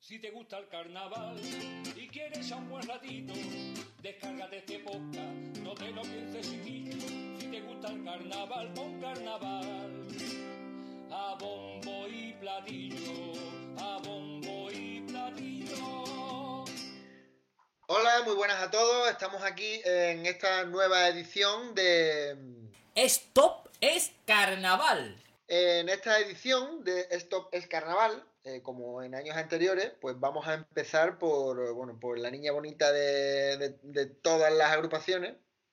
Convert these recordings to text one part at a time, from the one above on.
Si te gusta el carnaval y quieres a un buen ratito, descárgate este podcast, no te lo pienses chiquillo. Si te gusta el carnaval, pon carnaval. A bombo y platillo, a bombo y platillo. Hola, muy buenas a todos. Estamos aquí en esta nueva edición de... Stop es Carnaval. En esta edición de Stop es Carnaval, como en años anteriores, pues vamos a empezar por la niña bonita de todas las agrupaciones,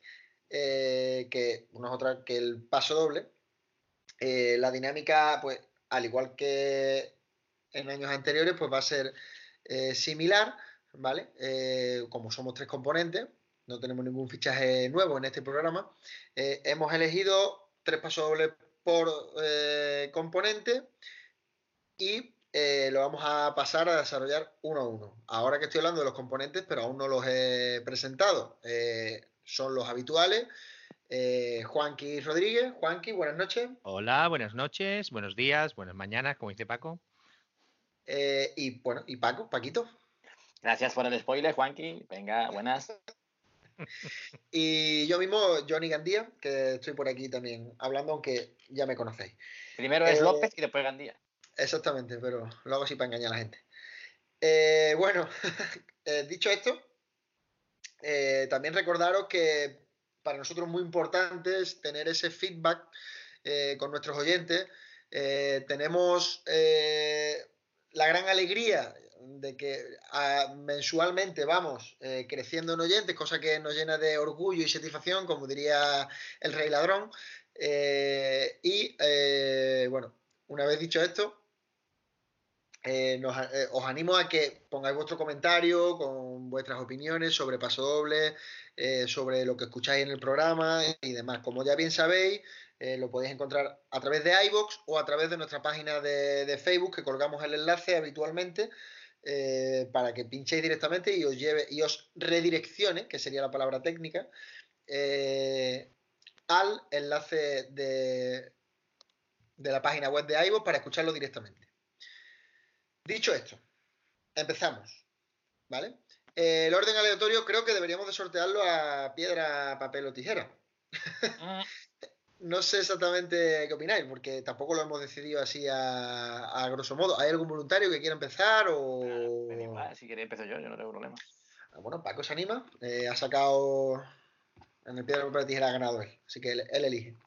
que no es otra que el Paso Doble. La dinámica, pues, al igual que en años anteriores, pues va a ser similar, ¿vale? Como somos 3 componentes, no tenemos ningún fichaje nuevo en este programa. Hemos elegido 3 pasodobles por componente y lo vamos a pasar a desarrollar uno a uno. Ahora que estoy hablando de los componentes, pero aún no los he presentado. Son los habituales. Juanqui Rodríguez. Juanqui, buenas noches. Hola, buenas noches, buenos días, buenas mañanas, como dice Paco. Y Paco, Paquito. Gracias por el spoiler, Juanqui. Venga, buenas. Y yo mismo, Johnny Gandía, que estoy por aquí también hablando, aunque ya me conocéis. Primero es López y después Gandía. Exactamente, pero lo hago así para engañar a la gente. Dicho esto, también recordaros que para nosotros es muy importante es tener ese feedback con nuestros oyentes. Tenemos la gran alegría de que mensualmente vamos creciendo en oyentes, cosa que nos llena de orgullo y satisfacción, como diría el Rey Ladrón. Una vez dicho esto, os animo a que pongáis vuestro comentario con vuestras opiniones sobre Paso Doble, sobre lo que escucháis en el programa y demás. Como ya bien sabéis, lo podéis encontrar a través de iVoox o a través de nuestra página de Facebook, que colgamos el enlace habitualmente, para que pinchéis directamente y os lleve y os redireccione, que sería la palabra técnica, al enlace de la página web de iVoox para escucharlo directamente. Dicho esto, empezamos, ¿vale? El orden aleatorio creo que deberíamos de sortearlo a piedra, papel o tijera. No sé exactamente qué opináis, porque tampoco lo hemos decidido así a grosso modo. ¿Hay algún voluntario que quiera empezar o...? Igual, si queréis empiezo yo no tengo problema. Bueno, Paco se anima. Ha sacado... En el piedra, papel o tijera ha ganado él, así que él elige.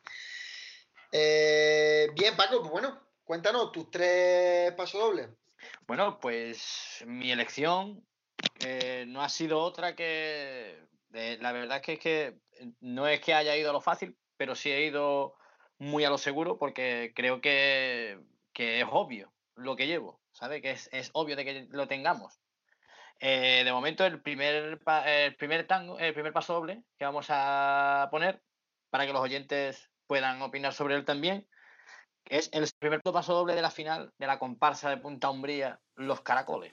Bien, Paco, pues bueno, cuéntanos tus 3 pasodobles. Bueno, pues mi elección no ha sido otra que... la verdad es que no es que haya ido a lo fácil, pero sí he ido muy a lo seguro porque creo que es obvio lo que llevo, ¿sabes? Que es obvio de que lo tengamos. De momento el primer paso doble que vamos a poner para que los oyentes puedan opinar sobre él también es el primer paso doble de la final de la comparsa de Punta Umbría, Los Caracoles.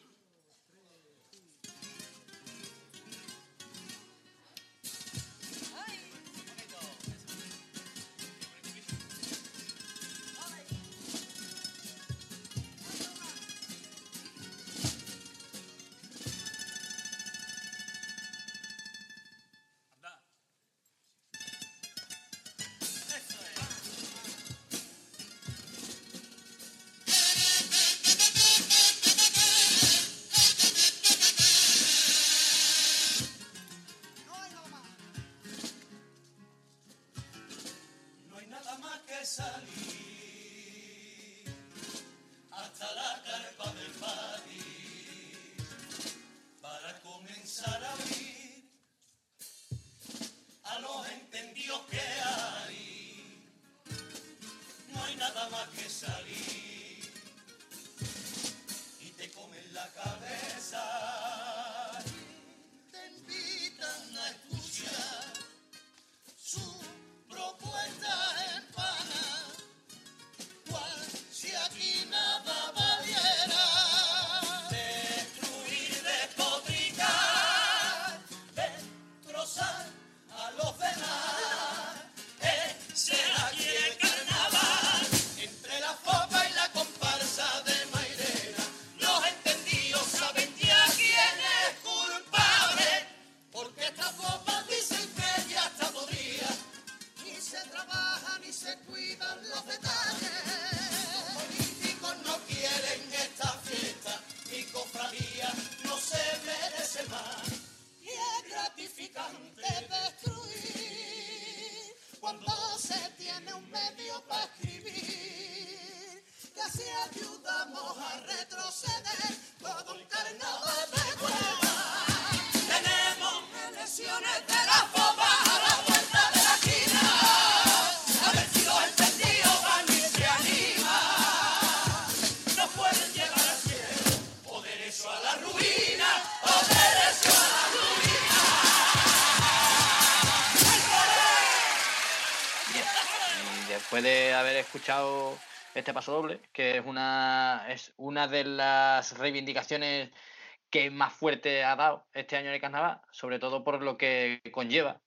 después de haber escuchado este paso doble, que es una de las reivindicaciones que más fuerte ha dado este año en el carnaval, sobre todo por lo que conlleva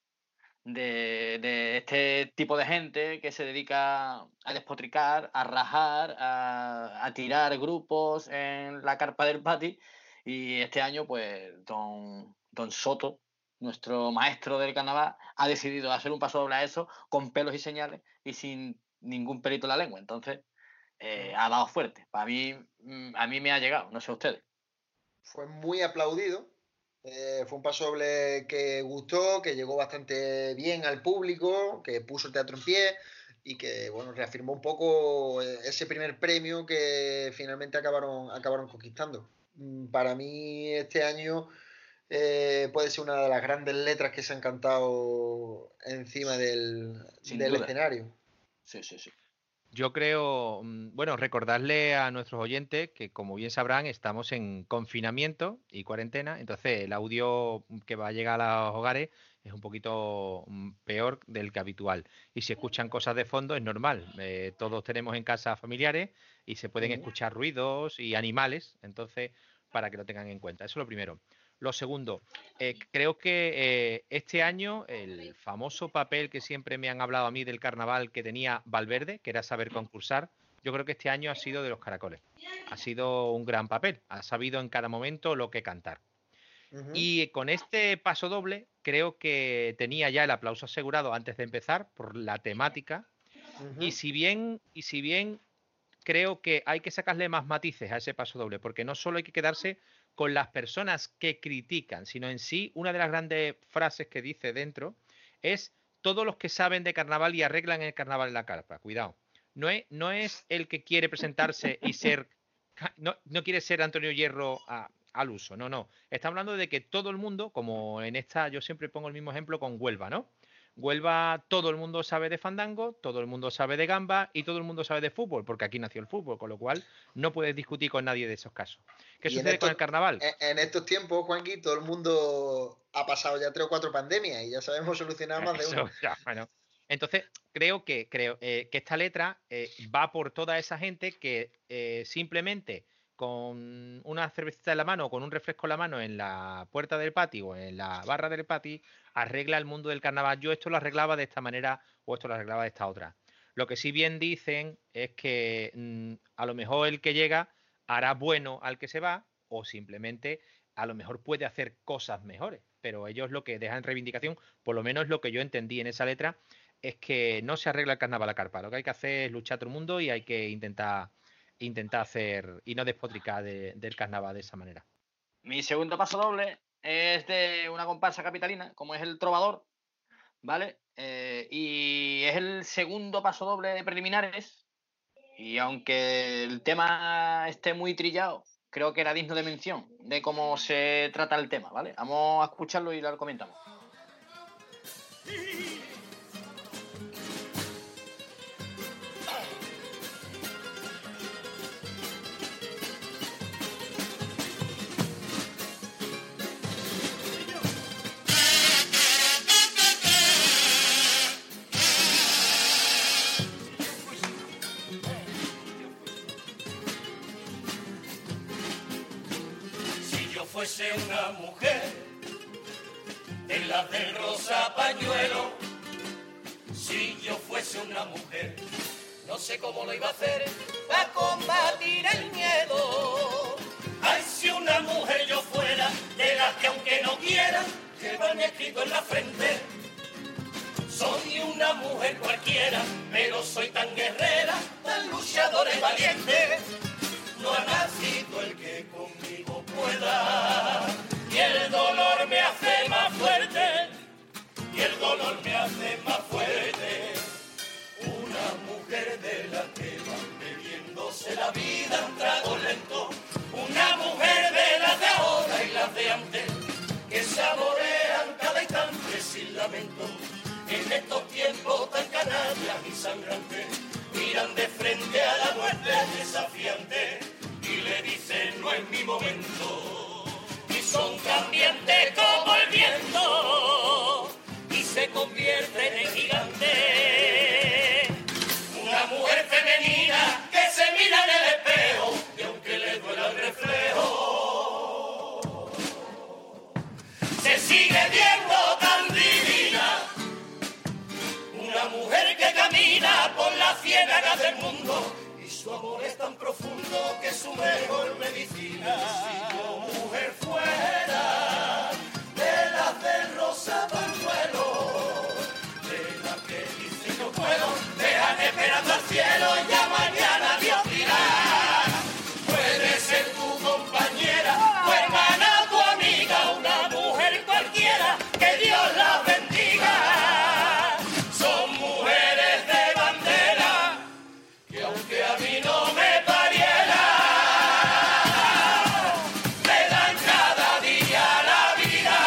de este tipo de gente que se dedica a despotricar, a rajar, a tirar grupos en la carpa del pati. Y este año, pues, don Soto, nuestro maestro del carnaval, ha decidido hacer un paso doble a eso, con pelos y señales y sin ningún pelito en la lengua. Entonces, ha dado fuerte. A mí me ha llegado, no sé a ustedes. Fue muy aplaudido. Fue un paso doble que gustó, que llegó bastante bien al público, que puso el teatro en pie y que, bueno, reafirmó un poco ese primer premio que finalmente acabaron conquistando. Para mí este año puede ser una de las grandes letras que se han cantado encima del escenario. Sí. Yo creo, bueno, recordarle a nuestros oyentes que, como bien sabrán, estamos en confinamiento y cuarentena, entonces el audio que va a llegar a los hogares es un poquito peor del que habitual. Y si escuchan cosas de fondo es normal, todos tenemos en casa familiares y se pueden escuchar ruidos y animales, entonces para que lo tengan en cuenta. Eso es lo primero. Lo segundo, creo que este año el famoso papel que siempre me han hablado a mí del carnaval que tenía Valverde, que era saber concursar, yo creo que este año ha sido de los caracoles. Ha sido un gran papel, ha sabido en cada momento lo que cantar. Y con este paso doble creo que tenía ya el aplauso asegurado antes de empezar por la temática. Y si bien creo que hay que sacarle más matices a ese paso doble, porque no solo hay que quedarse con las personas que critican, sino en sí, una de las grandes frases que dice dentro es todos los que saben de carnaval y arreglan el carnaval en la carpa. Cuidado. No es el que quiere presentarse y ser... No quiere ser Antonio Hierro al uso, no. Está hablando de que todo el mundo, como en esta, yo siempre pongo el mismo ejemplo con Huelva, ¿no? Huelva, todo el mundo sabe de fandango, todo el mundo sabe de gamba y todo el mundo sabe de fútbol, porque aquí nació el fútbol, con lo cual no puedes discutir con nadie de esos casos. ¿Qué sucede con el carnaval? En estos tiempos, Juanqui, todo el mundo ha pasado ya 3 o 4 pandemias y ya sabemos solucionar más de uno. Ya, bueno. Entonces, creo que esta letra va por toda esa gente que simplemente con una cervecita en la mano o con un refresco en la mano en la puerta del patio o en la barra del patio arregla el mundo del carnaval. Yo esto lo arreglaba de esta manera o esto lo arreglaba de esta otra. Lo que sí bien dicen es que a lo mejor el que llega hará bueno al que se va o simplemente a lo mejor puede hacer cosas mejores. Pero ellos lo que dejan en reivindicación, por lo menos lo que yo entendí en esa letra, es que no se arregla el carnaval a carpa. Lo que hay que hacer es luchar todo el mundo y hay que intentar hacer y no despotricar del carnaval de esa manera. Mi segundo paso doble es de una comparsa capitalina, como es el Trovador, ¿vale? Y es el segundo paso doble de preliminares. Y aunque el tema esté muy trillado, creo que era digno de mención de cómo se trata el tema, ¿vale? Vamos a escucharlo y lo comentamos. Fuese una mujer en la del rosa pañuelo, si yo fuese una mujer, no sé cómo lo iba a hacer para combatir el miedo. Ay, si una mujer yo fuera, de las que aunque no quiera, llevan escrito en la frente. Soy una mujer cualquiera, pero soy tan guerrera, tan luchadora y valiente. No ha nacido el que conmigo pueda, y el dolor me hace más fuerte, y el dolor me hace más fuerte. Una mujer de la que va bebiéndose la vida un trago lento, una mujer de las de ahora y las de antes, que saborean cada instante sin lamento. En estos tiempos tan canallas y sangrantes, miran de frente a la muerte desafiante y le dicen no es mi momento. Y son cambiantes como el viento y se convierten en gigantes. sigue viendo tan divina. Una mujer que camina por las ciénagas del mundo y su amor es tan profundo que es su mejor medicina. Si yo mujer fuera de las de rosa pañuelo, de las que dicen no puedo, dejan esperando al cielo y ya mañana Dios dirá. Puede ser tu compañera, tu hermana, tu amiga, una mujer cualquiera, que Dios la bendiga. Son mujeres de bandera, que aunque a mí no me pariera, me dan cada día la vida.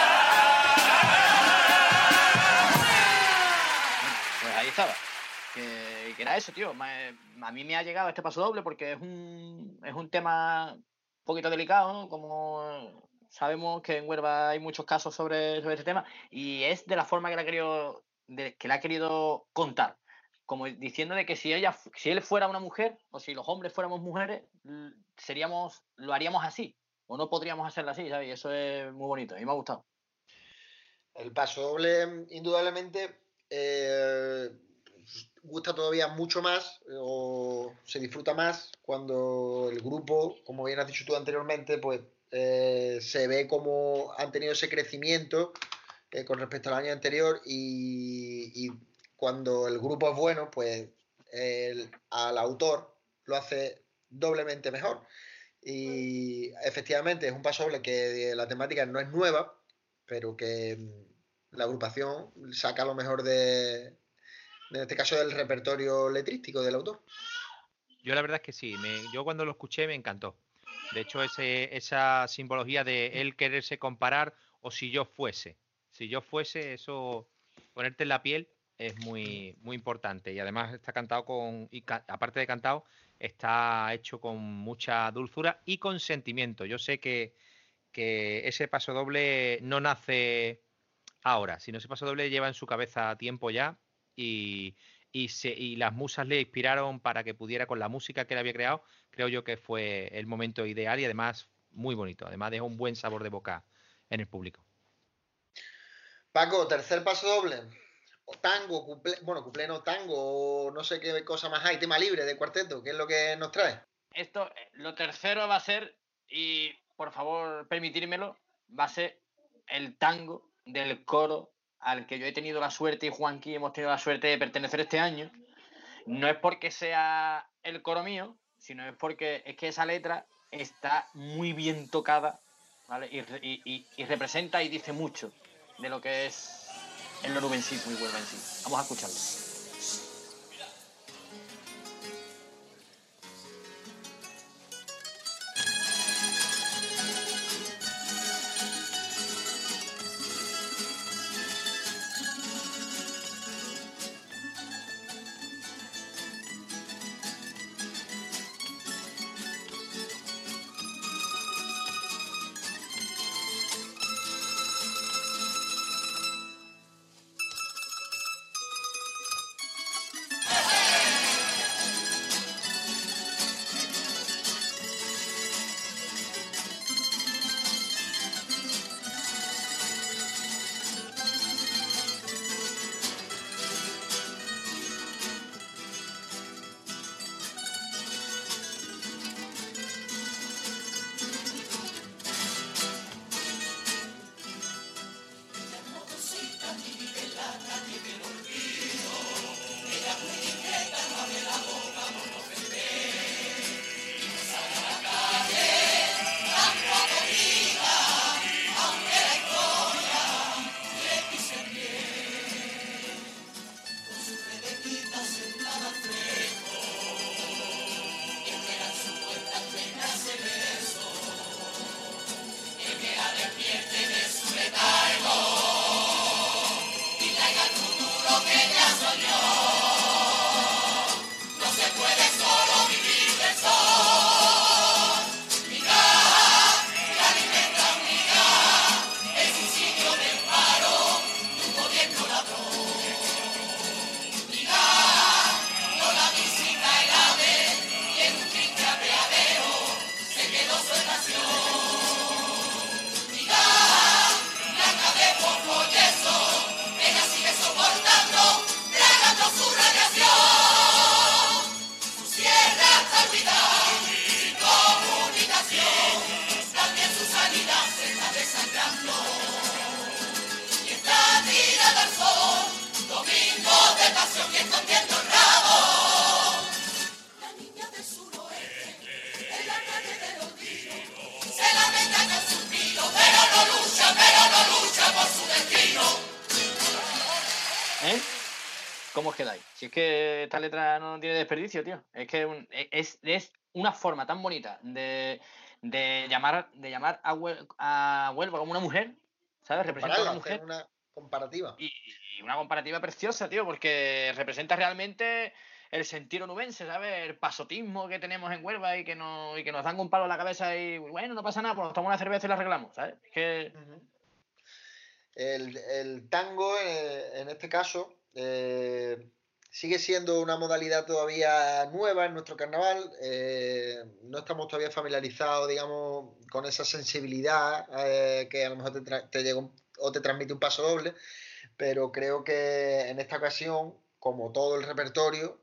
Pues ahí estaba. Que era eso, tío. A mí me ha llegado este paso doble porque es un tema un poquito delicado, ¿no? Como sabemos que en Huelva hay muchos casos sobre este tema, y es de la forma que la ha querido contar. Como diciendo de que si él fuera una mujer, o si los hombres fuéramos mujeres, lo haríamos así, o no podríamos hacerlo así, ¿sabes? Y eso es muy bonito, a mí me ha gustado. El paso doble, indudablemente, gusta todavía mucho más o se disfruta más cuando el grupo, como bien has dicho tú anteriormente, pues se ve como han tenido ese crecimiento con respecto al año anterior y cuando el grupo es bueno, pues al autor lo hace doblemente mejor. Y efectivamente es un paso doble que la temática no es nueva, pero que la agrupación saca lo mejor en este caso del repertorio letrístico del autor. Yo la verdad es que sí, yo cuando lo escuché me encantó. De hecho, esa simbología de él quererse comparar o si yo fuese. Si yo fuese, eso, ponerte en la piel es muy, muy importante. Y además está cantado aparte de cantado, está hecho con mucha dulzura y con sentimiento. Yo sé que ese paso doble no nace ahora, sino ese paso doble lleva en su cabeza tiempo ya y las musas le inspiraron para que pudiera con la música que él había creado. Creo yo que fue el momento ideal y además muy bonito. Además dejó un buen sabor de boca en el público. Paco, tercer paso doble. O tango, cuplé no tango, no sé qué cosa más hay, tema libre de cuarteto, ¿qué es lo que nos trae? Lo tercero va a ser, y por favor permitírmelo, va a ser el tango del coro al que yo he tenido la suerte y Juanqui hemos tenido la suerte de pertenecer este año. No es porque sea el coro mío, sino es porque es que esa letra está muy bien tocada, ¿vale? Y representa y dice mucho de lo que es el onubencismo y huelvencismo. Vamos a escucharlo. ¿Eh? ¿Cómo os quedáis? Si es que esta letra no tiene desperdicio, tío. Es que es una forma tan bonita de llamar a Huelva como una mujer, ¿sabes? Representa a una Compararla, hacer mujer una comparativa. y una comparativa preciosa, tío, porque representa realmente el sentido onubense, ¿sabes? El pasotismo que tenemos en Huelva y que nos dan un palo a la cabeza y, bueno, no pasa nada, pues nos tomamos una cerveza y la arreglamos, ¿sabes? Es que... El tango, en este caso, sigue siendo una modalidad todavía nueva en nuestro carnaval. No estamos todavía familiarizados, digamos, con esa sensibilidad que a lo mejor te llega o te transmite un paso doble, pero creo que en esta ocasión, como todo el repertorio,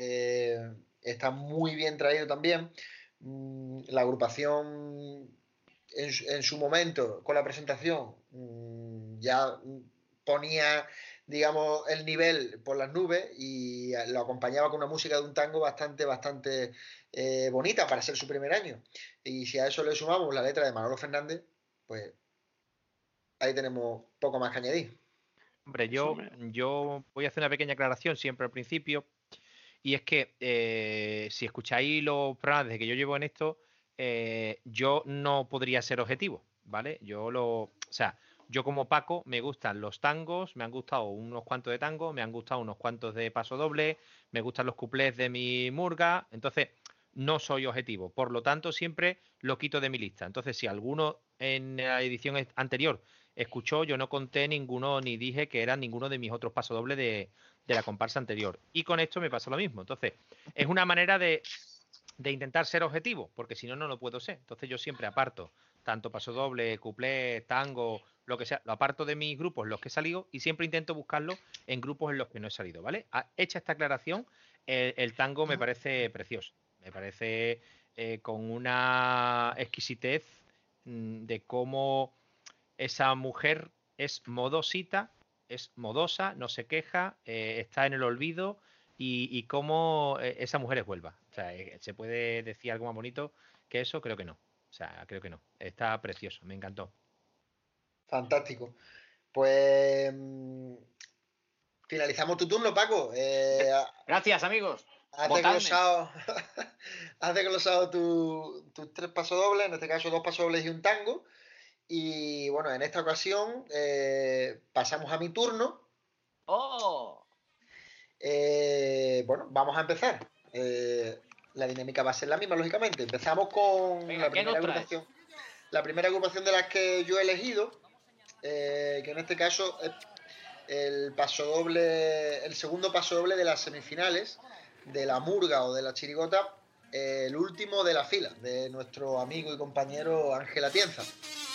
está muy bien traído también. La agrupación en su momento con la presentación ya ponía, digamos, el nivel por las nubes y lo acompañaba con una música de un tango bastante bonita para ser su primer año. Y si a eso le sumamos la letra de Manolo Fernández, pues ahí tenemos poco más que añadir. Hombre, yo voy a hacer una pequeña aclaración siempre al principio, y es que si escucháis los programas desde que yo llevo en esto, yo no podría ser objetivo, ¿vale? O sea, yo como Paco me gustan los tangos, me han gustado unos cuantos de tango, me han gustado unos cuantos de paso doble, me gustan los cuplés de mi murga, entonces no soy objetivo, por lo tanto siempre lo quito de mi lista. Entonces, si alguno en la edición anterior escuchó, yo no conté ninguno ni dije que eran ninguno de mis otros pasodobles de la comparsa anterior. Y con esto me pasa lo mismo. Entonces, es una manera de intentar ser objetivo, porque si no, no lo puedo ser. Entonces yo siempre aparto tanto pasodoble, cuplé, tango, lo que sea, lo aparto de mis grupos en los que he salido y siempre intento buscarlo en grupos en los que no he salido, ¿vale? Hecha esta aclaración, el tango me parece precioso. Me parece con una exquisitez de cómo esa mujer es modosita, es modosa, no se queja, está en el olvido y cómo esa mujer es Huelva. O sea, ¿se puede decir algo más bonito que eso? Creo que no. O sea, creo que no. Está precioso, me encantó. Fantástico. Pues finalizamos tu turno, Paco. Gracias, amigos. Has Votadme. desglosado tus 3 pasodobles, en este caso 2 pasodobles y un tango. Y bueno, en esta ocasión pasamos a mi turno. ¡Oh! Bueno, vamos a empezar. La dinámica va a ser la misma, lógicamente. Empezamos con Venga, ¿qué nos traes? La primera agrupación de las que yo he elegido, que en este caso es el segundo pasodoble de las semifinales de la murga o de la chirigota, el último de la fila, de nuestro amigo y compañero Ángel Atienza.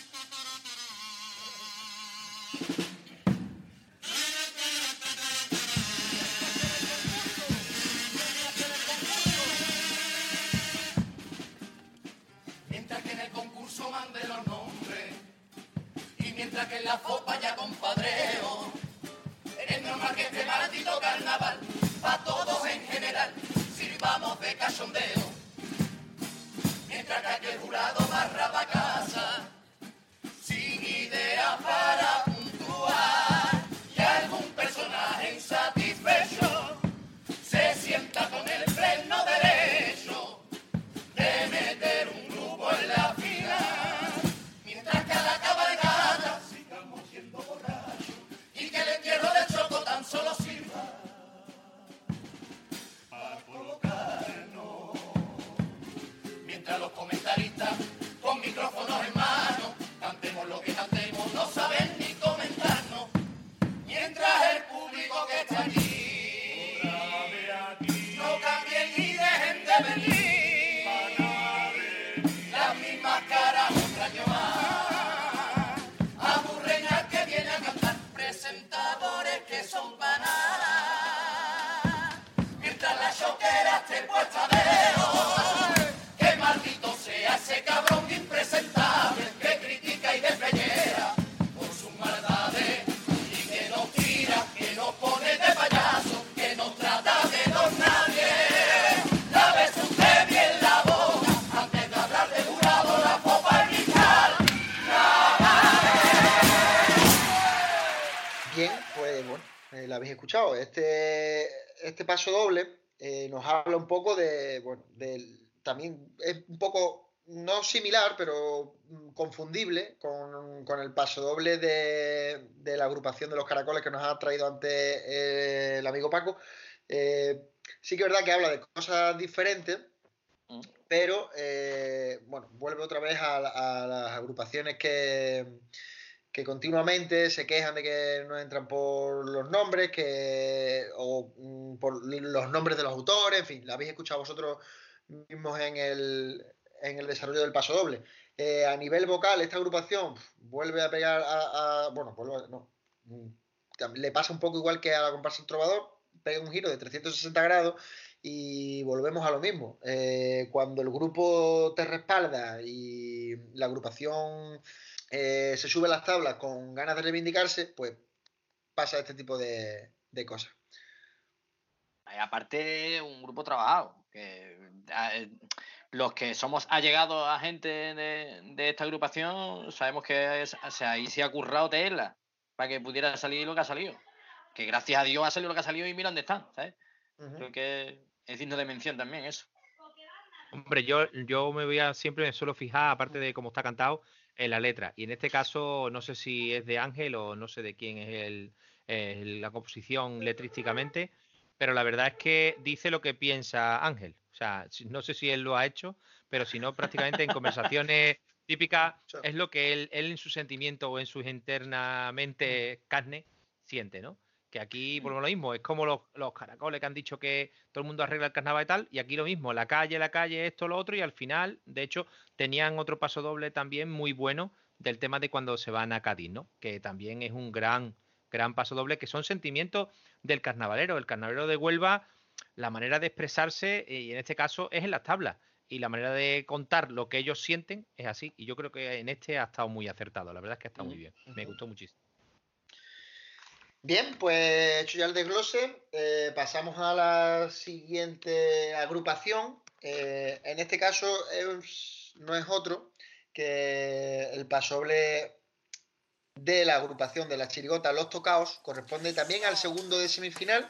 Mientras que en el concurso mande los nombres y mientras que en la fopa ya compadreo, es normal que este maldito carnaval pa' todos en general sirvamos de cachondeo. Mientras que aquel jurado barra pa' casa sin idea para puntuar y algún personaje insatisfecho se sienta con el freno derecho de meter un grupo en la fila, mientras que a la cabalgata sigamos siendo borrachos y que el entierro de Choco tan solo sirva para colocarnos, mientras los comentaristas con micrófono la habéis escuchado. Este paso doble nos habla un poco también es un poco, no similar, pero confundible con el paso doble de la agrupación de los caracoles que nos ha traído antes el amigo Paco. Sí que es verdad que habla de cosas diferentes, pero vuelve otra vez a las agrupaciones que continuamente se quejan de que no entran por los nombres o por los nombres de los autores, en fin, la habéis escuchado vosotros mismos en el desarrollo del paso doble. A nivel vocal, esta agrupación vuelve a pegar le pasa un poco igual que a la comparsa El Trovador, pega un giro de 360 grados y volvemos a lo mismo. Cuando el grupo te respalda y la agrupación se sube a las tablas con ganas de reivindicarse, pues pasa este tipo de cosas. Aparte, un grupo trabajado. Los que somos allegados a gente de esta agrupación sabemos que ahí se ha currado tela para que pudiera salir lo que ha salido. Que gracias a Dios ha salido lo que ha salido y mira dónde están, ¿sabes? Creo que es digno de mención también eso. Hombre, yo siempre me suelo fijar, aparte de cómo está cantado, en la letra. Y en este caso, no sé si es de Ángel o no sé de quién es la composición letrísticamente, pero la verdad es que dice lo que piensa Ángel. O sea, no sé si él lo ha hecho, pero si no, prácticamente en conversaciones típicas es lo que él en su sentimiento o en su internamente carne siente, ¿no? Que aquí, por lo mismo, es como los caracoles que han dicho que todo el mundo arregla el carnaval y tal, y aquí lo mismo, la calle, esto, lo otro, y al final, de hecho, tenían otro paso doble también muy bueno del tema de cuando se van a Cádiz, ¿no? Que también es un gran paso doble, que son sentimientos del carnavalero. El carnavalero de Huelva, la manera de expresarse, y en este caso, es en las tablas, y la manera de contar lo que ellos sienten es así, y yo creo que en este ha estado muy acertado, la verdad es que ha estado muy bien, me gustó muchísimo. Bien, pues hecho ya el desglose, pasamos a la siguiente agrupación. En este caso no es otro que el pasoble de la agrupación de la chirigota Los Tocaos, corresponde también al segundo de semifinal.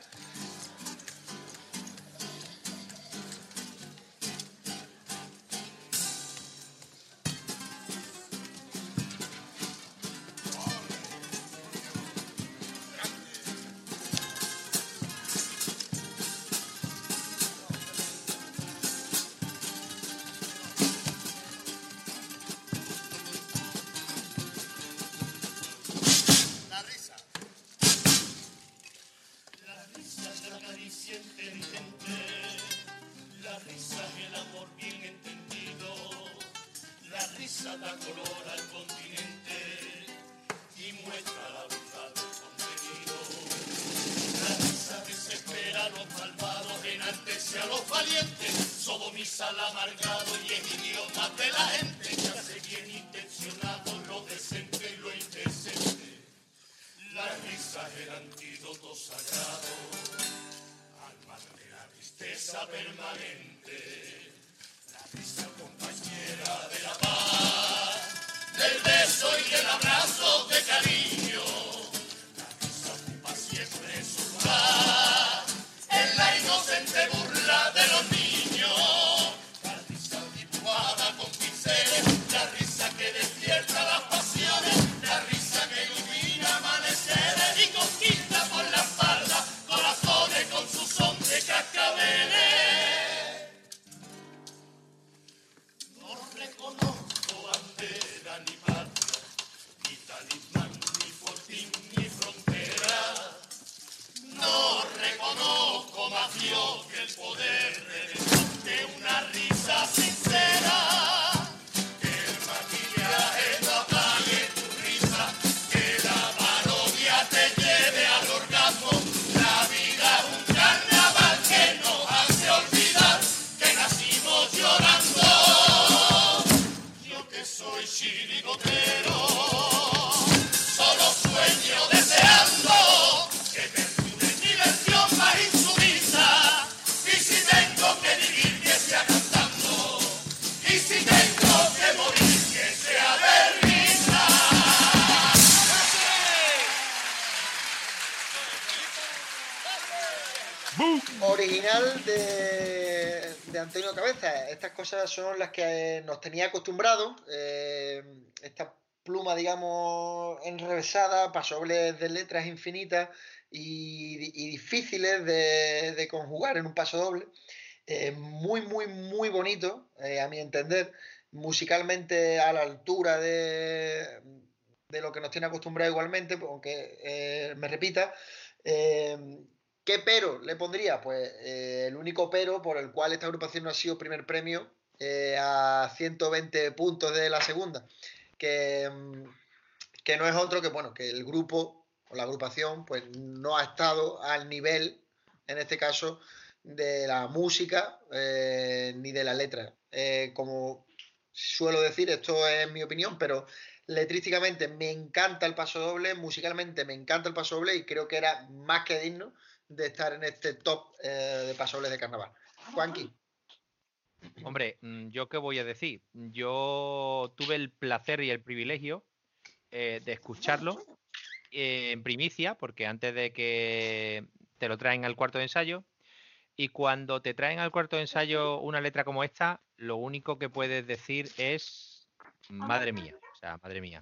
final de Antonio Cabeza. Estas cosas son las que nos tenía acostumbrados. Esta pluma, digamos, enrevesada, pasodobles de letras infinitas y difíciles de conjugar en un pasodoble. Muy, muy, muy bonito, a mi entender. Musicalmente a la altura de lo que nos tiene acostumbrado igualmente, aunque me repita. ¿Qué pero le pondría? Pues el único pero por el cual esta agrupación no ha sido primer premio a 120 puntos de la segunda, que no es otro que, bueno, que el grupo o la agrupación pues no ha estado al nivel, en este caso, de la música ni de la letra. Como suelo decir, esto es mi opinión, pero letrísticamente me encanta el pasodoble, musicalmente me encanta el pasodoble y creo que era más que digno de estar en este top de pasodobles de carnaval. Juanqui. Hombre, ¿yo qué voy a decir? Yo tuve el placer y el privilegio de escucharlo en primicia, porque antes de que te lo traen al cuarto de ensayo, y cuando te traen al cuarto de ensayo una letra como esta, lo único que puedes decir es madre mía, o sea, madre mía.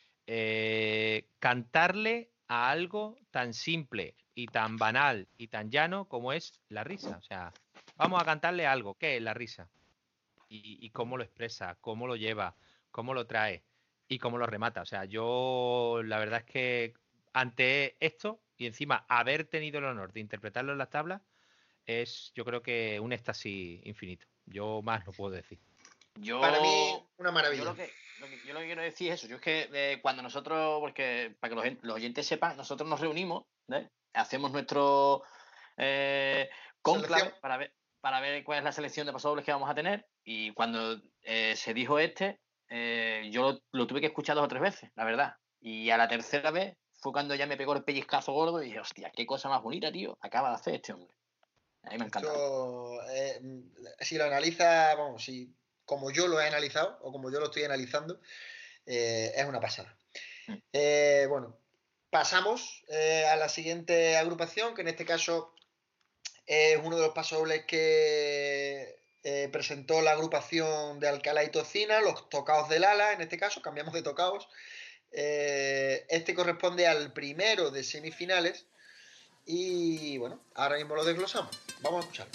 Cantarle a algo tan simple y tan banal y tan llano como es la risa. O sea, vamos a cantarle algo. ¿Qué es la risa? Y cómo lo expresa, cómo lo lleva, cómo lo trae y cómo lo remata. O sea, yo la verdad es que ante esto y encima haber tenido el honor de interpretarlo en las tablas es, yo creo que un éxtasis infinito. Yo más no puedo decir. Para mí, una maravilla. Yo lo que quiero decir es eso. Yo es que cuando nosotros, porque para que los oyentes sepan, nosotros nos reunimos, ¿eh? Hacemos nuestro cónclave para ver cuál es la selección de pasodobles que vamos a tener. Y cuando se dijo yo lo tuve que escuchar 2 o 3 veces, la verdad. Y a la tercera vez fue cuando ya me pegó el pellizcazo gordo y dije, hostia, qué cosa más bonita, tío, acaba de hacer este hombre. A mí me encanta. Si lo analiza, vamos, como yo lo he analizado o como yo lo estoy analizando, es una pasada. Bueno, pasamos a la siguiente agrupación, que en este caso es uno de los pasodobles que presentó la agrupación de Alcalá y Tocina, los Tocaos del Ala, en este caso, cambiamos de tocaos. Este corresponde al primero de semifinales y bueno, ahora mismo lo desglosamos. Vamos a escucharlo.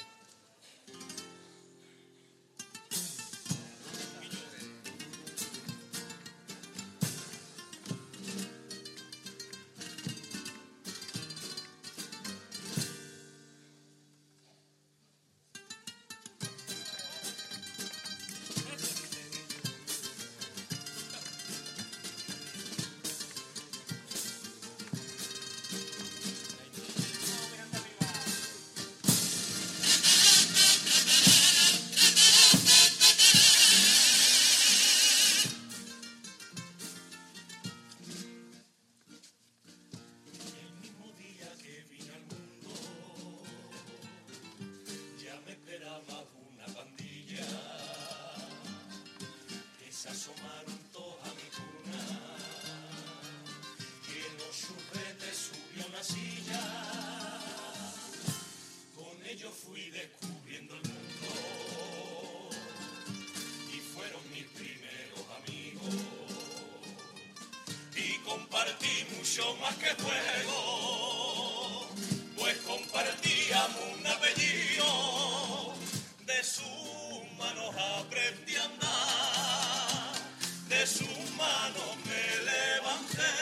Mucho más que juego, pues compartíamos un apellido, de sus manos aprendí a andar, de sus manos me levanté.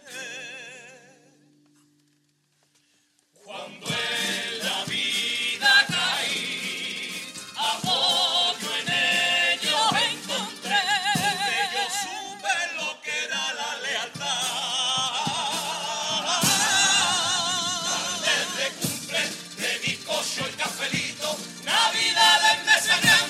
Cuando en la vida caí, apoyo en ellos encontré, de ellos supe lo que era la lealtad. Navidades me sacan.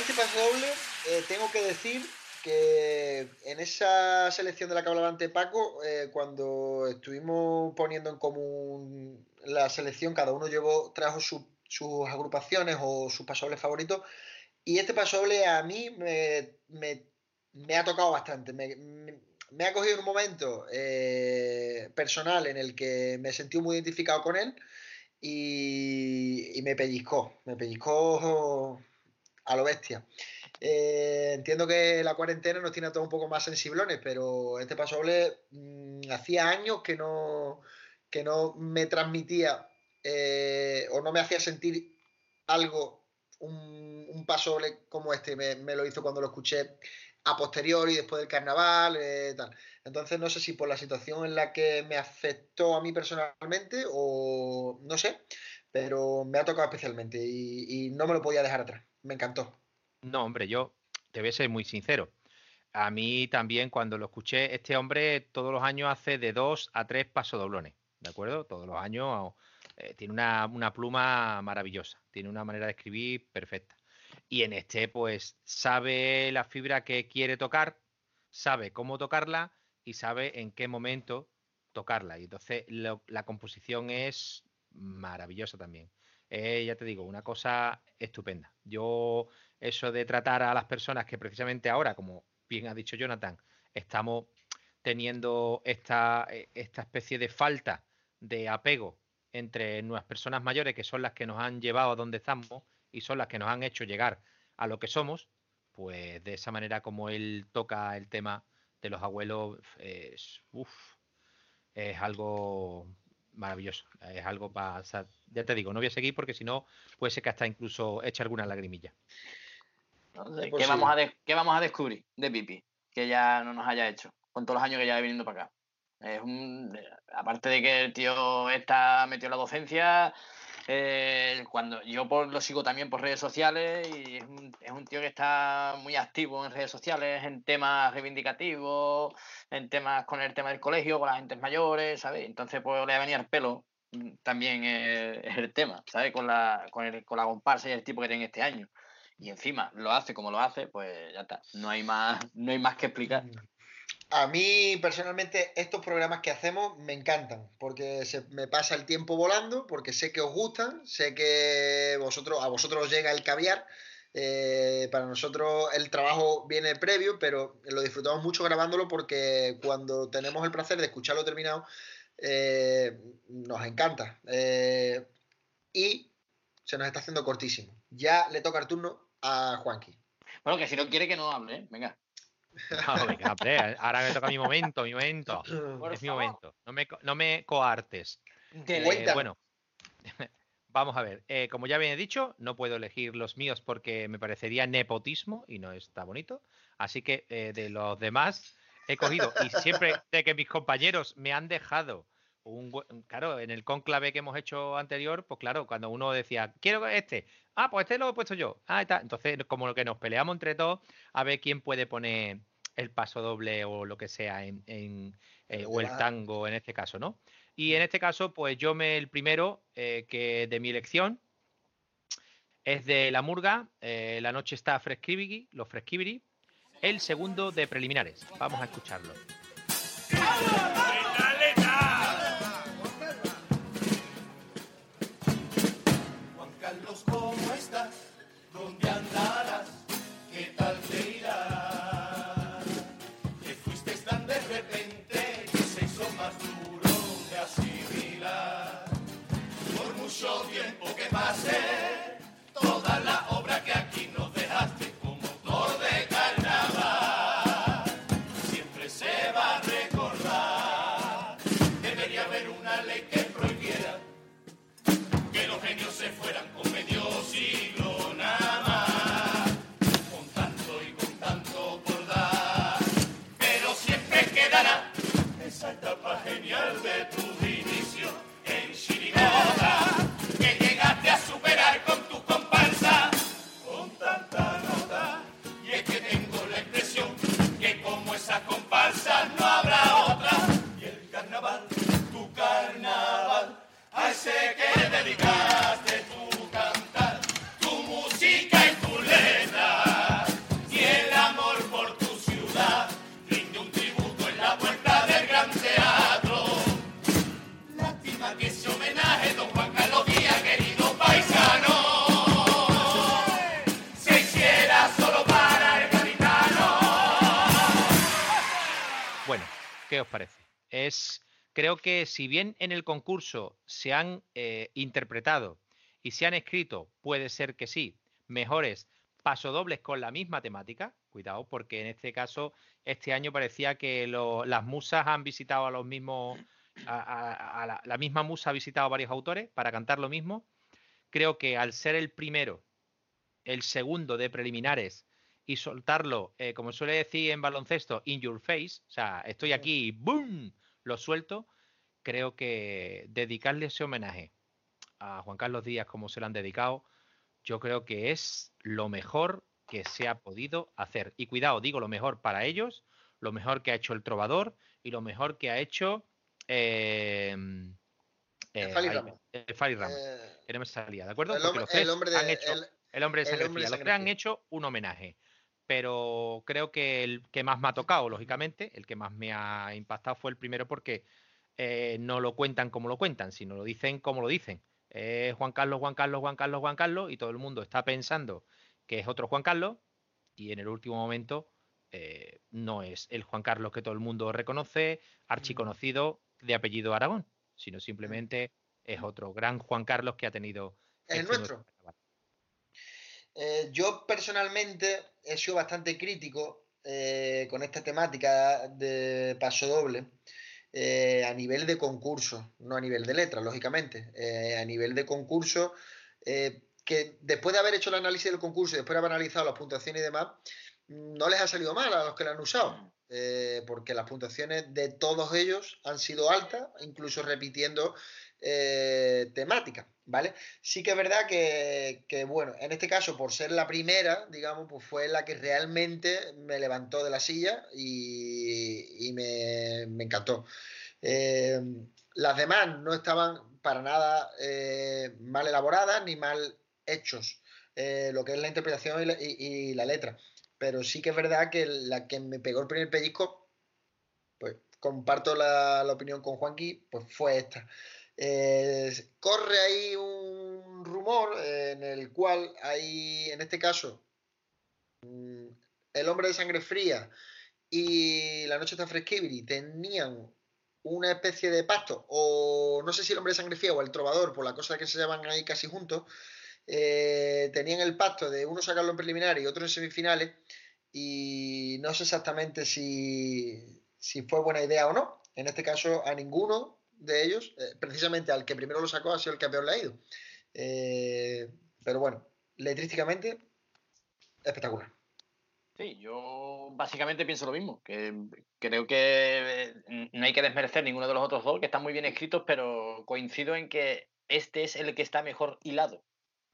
este pasodoble tengo que decir que en esa selección de la que hablaba antes Paco, cuando estuvimos poniendo en común la selección, cada uno trajo sus agrupaciones o sus pasodobles favoritos, y este pasodoble a mí me ha tocado bastante. Me ha cogido en un momento personal en el que me sentí muy identificado con él y me pellizcó a lo bestia. Entiendo que la cuarentena nos tiene a todos un poco más sensiblones, pero este pasodoble hacía años que no me transmitía o no me hacía sentir algo, un pasodoble como este. Me lo hizo cuando lo escuché a posteriori, después del carnaval, tal. Entonces no sé si por la situación en la que me afectó a mí personalmente o no sé, pero me ha tocado especialmente y no me lo podía dejar atrás. Me encantó. No, hombre, yo te voy a ser muy sincero. A mí también, cuando lo escuché, este hombre todos los años hace de 2 a 3 pasodoblones, ¿de acuerdo? Todos los años tiene una pluma maravillosa, tiene una manera de escribir perfecta. Y en este, pues, sabe la fibra que quiere tocar, sabe cómo tocarla y sabe en qué momento tocarla. Y entonces la composición es maravillosa también. Ya te digo, una cosa estupenda. Yo, eso de tratar a las personas que precisamente ahora, como bien ha dicho Jonathan, estamos teniendo esta especie de falta de apego entre nuestras personas mayores, que son las que nos han llevado a donde estamos y son las que nos han hecho llegar a lo que somos, pues de esa manera como él toca el tema de los abuelos, es algo maravilloso, es algo para... O sea, ya te digo, no voy a seguir porque si no puede ser que hasta incluso eche alguna lagrimilla. ¿Qué vamos a descubrir de Pipi que ya no nos haya hecho con todos los años que ya viniendo para acá? Aparte de que el tío está metido en la docencia, cuando yo lo sigo también por redes sociales y es un tío que está muy activo en redes sociales, en temas reivindicativos, en temas con el tema del colegio, con las gentes mayores, ¿sabes? Entonces pues le va a venir al pelo también es el tema, ¿sabes? Con la comparsa y el tipo que tiene este año. Y encima lo hace como lo hace, pues ya está. No hay más que explicar. A mí, personalmente, estos programas que hacemos me encantan, porque me pasa el tiempo volando, porque sé que os gustan, sé que a vosotros os llega el caviar. Para nosotros el trabajo viene previo, pero lo disfrutamos mucho grabándolo porque cuando tenemos el placer de escucharlo terminado, nos encanta. Y se nos está haciendo cortísimo. Ya le toca el turno a Juanqui. Bueno, que si no quiere que no hable, ¿eh? Venga. No, venga, hombre, ahora me toca mi momento. Es mi momento. No me coartes. Bueno, vamos a ver. Como ya bien he dicho, no puedo elegir los míos porque me parecería nepotismo y no está bonito. Así que de los demás he cogido, y siempre de que mis compañeros me han dejado claro, en el cónclave que hemos hecho anterior, pues claro, cuando uno decía, quiero este, pues este lo he puesto yo. Entonces, como lo que nos peleamos entre todos, a ver quién puede poner el pasodoble o lo que sea o el tango en este caso, ¿no? Y en este caso, pues el primero que de mi elección es de La Murga, La noche está fresquibiri, los fresquibiri, el segundo de preliminares. Vamos a escucharlo. ¿Cómo estás? ¿Dónde andarás? ¿Qué tal te irá? Te fuiste tan de repente que se hizo más duro de asimilar. Por mucho tiempo que pase, toda la obra que aquí nos dejaste como motor de carnaval siempre se va a recordar. Debería haber una ley que prohibiera que los genios se fueran con medio siglo nada más, con tanto por dar, pero siempre quedará esa etapa genial de tu inicio en Chirigota, que llegaste a superar Creo que si bien en el concurso se han interpretado y se han escrito, puede ser que sí, mejores pasodobles con la misma temática, cuidado, porque en este caso, este año parecía que las musas han visitado a los mismos, la misma musa ha visitado a varios autores para cantar lo mismo. Creo que al ser el primero, el segundo de preliminares y soltarlo, como suele decir en baloncesto, in your face, o sea, estoy aquí, ¡boom!, lo suelto, creo que dedicarle ese homenaje a Juan Carlos Díaz como se lo han dedicado, yo creo que es lo mejor que se ha podido hacer. Y cuidado, digo lo mejor para ellos, lo mejor que ha hecho el Trovador y lo mejor que ha hecho eh, Fali Ramos. Fali Ramos, Eh, que no me salía, ¿de acuerdo? el Porque hombre, los el tres hombre han de, hecho el hombre de el sangre hombre de fría. Los sangre tres han fría. hecho un homenaje. Pero creo que el que más me ha tocado, lógicamente, el que más me ha impactado fue el primero porque no lo cuentan como lo cuentan, sino lo dicen como lo dicen. Juan Carlos, Juan Carlos, Juan Carlos, Juan Carlos, y todo el mundo está pensando que es otro Juan Carlos, y en el último momento no es el Juan Carlos que todo el mundo reconoce, archiconocido de apellido Aragón, sino simplemente es otro gran Juan Carlos que ha tenido El nuestro nuestro. carnaval. Yo personalmente he sido bastante crítico con esta temática de paso doble a nivel de concurso, no a nivel de letra, lógicamente. A nivel de concurso, que después de haber hecho el análisis del concurso y después de haber analizado las puntuaciones y demás, no les ha salido mal a los que lo han usado. Porque las puntuaciones de todos ellos han sido altas, incluso repitiendo temática, ¿vale? Sí que es verdad que, bueno, en este caso, por ser la primera, digamos, pues fue la que realmente me levantó de la silla y me encantó. Eh, las demás no estaban para nada mal elaboradas ni mal hechos, lo que es la interpretación y la letra. Pero sí que es verdad que la que me pegó el primer pellizco, pues comparto la opinión con Juanqui, pues fue esta. Corre ahí un rumor en el cual hay, en este caso, el hombre de sangre fría y la noche está fresquibri tenían una especie de pacto, o no sé si el hombre de sangre fría o el trovador, por la cosa que se llaman ahí casi juntos, tenían el pacto de uno sacarlo en preliminares y otro en semifinales, y no sé exactamente si fue buena idea o no. En este caso, a ninguno de ellos, precisamente al que primero lo sacó, ha sido el que peor le ha ido. Pero bueno, letrísticamente, espectacular. Sí, yo básicamente pienso lo mismo, que creo que no hay que desmerecer ninguno de los otros dos, que están muy bien escritos, pero coincido en que este es el que está mejor hilado,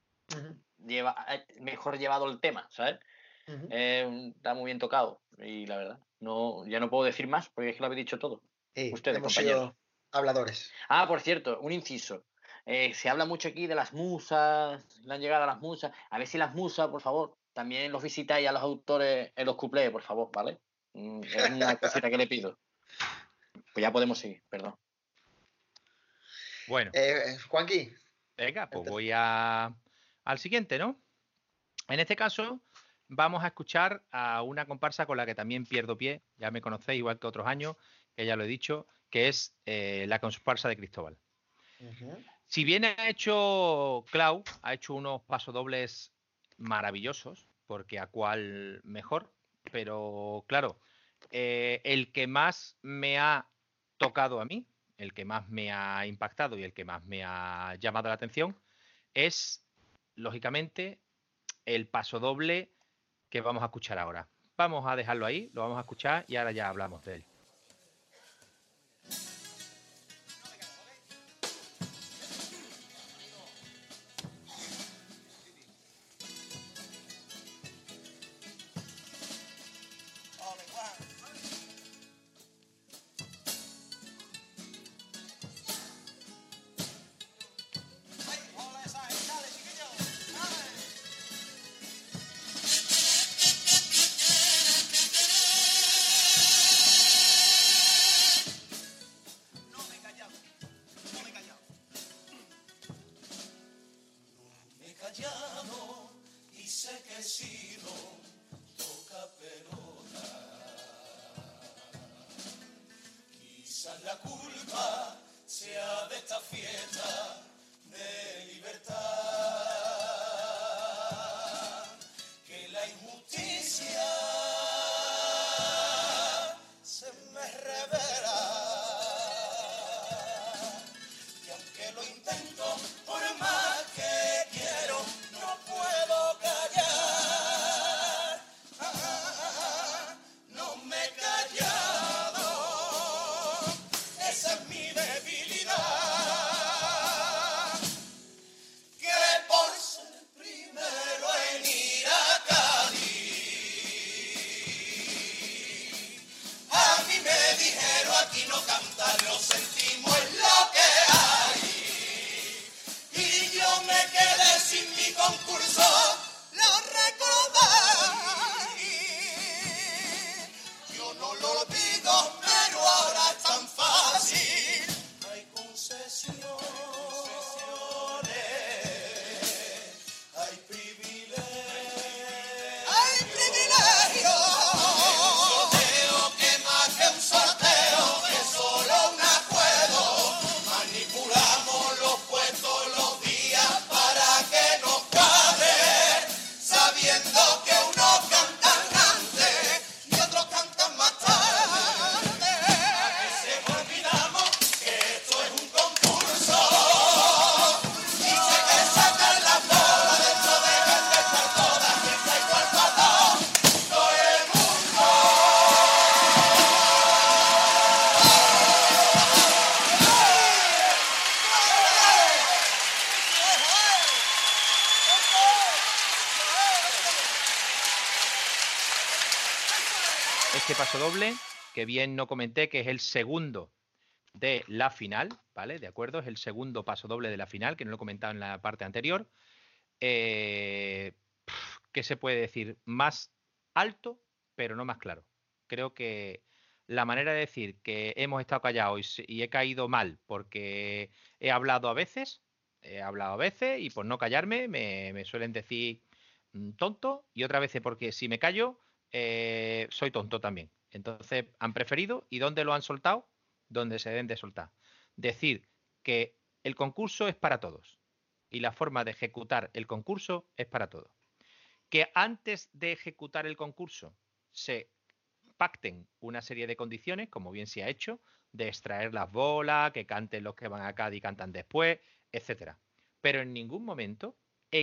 mejor llevado el tema, ¿sabes? Está muy bien tocado y la verdad, ya no puedo decir más porque es que lo habéis dicho todo. Ustedes, Hemos compañeros. sido habladores. Ah, por cierto, un inciso. Se habla mucho aquí de las musas, la llegada a las musas. A ver si las musas, por favor, también los visitáis a los autores en los cuplés, por favor, ¿vale? Es una cosita que le pido. Pues ya podemos seguir, perdón. Bueno, Juanqui. venga, pues voy al siguiente, ¿no? En este caso, vamos a escuchar a una comparsa con la que también pierdo pie, ya me conocéis igual que otros años, que ya lo he dicho, que es la comparsa de Cristóbal. Si bien ha hecho Clau, ha hecho unos pasodobles maravillosos, porque a cuál mejor, pero claro, el que más me ha tocado a mí, el que más me ha impactado y el que más me ha llamado la atención es, lógicamente, el pasodoble que vamos a escuchar ahora. Vamos a dejarlo ahí, lo vamos a escuchar y ahora ya hablamos de él. La culpa culpa sea de esta fiesta de libertad, que la injusticia se me revela, y aunque lo intento, por más que quiero, no puedo callar. No me he callado, esa es mi debilidad, que por ser primero en ir a Cádiz, a mí me dijeron aquí no cantar, lo sentimos es lo que hay, y yo me quedé sin mi concurso, lo recordáis. Yo no lo olvido, pero ahora es tan fácil. Hay concesiones, hay privilegios. ¡Hay privilegios! Un sorteo que más que un sorteo es solo un acuerdo. Manipulamos los puestos los días para que nos cuadre, sabiendo que unos cantan antes y otros cantan más tarde. A que se olvidamos que esto es un concurso y se que sacar la bola dentro de estar todas, que está igual para todo el mundo. Este paso doble, que bien no comenté, que es el segundo de la final, ¿vale? De acuerdo, es el segundo paso doble de la final, que no lo he comentado en la parte anterior. ¿Qué se puede decir? Más alto, pero no más claro. Creo que la manera de decir que hemos estado callados y he caído mal porque he hablado a veces y por no callarme me suelen decir tonto, y otras veces porque si me callo soy tonto también. Entonces han preferido, ¿y dónde lo han soltado? Donde se deben de soltar. Decir que el concurso es para todos y la forma de ejecutar el concurso es para todos. Que antes de ejecutar el concurso se pacten una serie de condiciones, como bien se ha hecho, de extraer las bolas, que canten los que van a Cádiz y cantan después, etcétera. Pero en ningún momento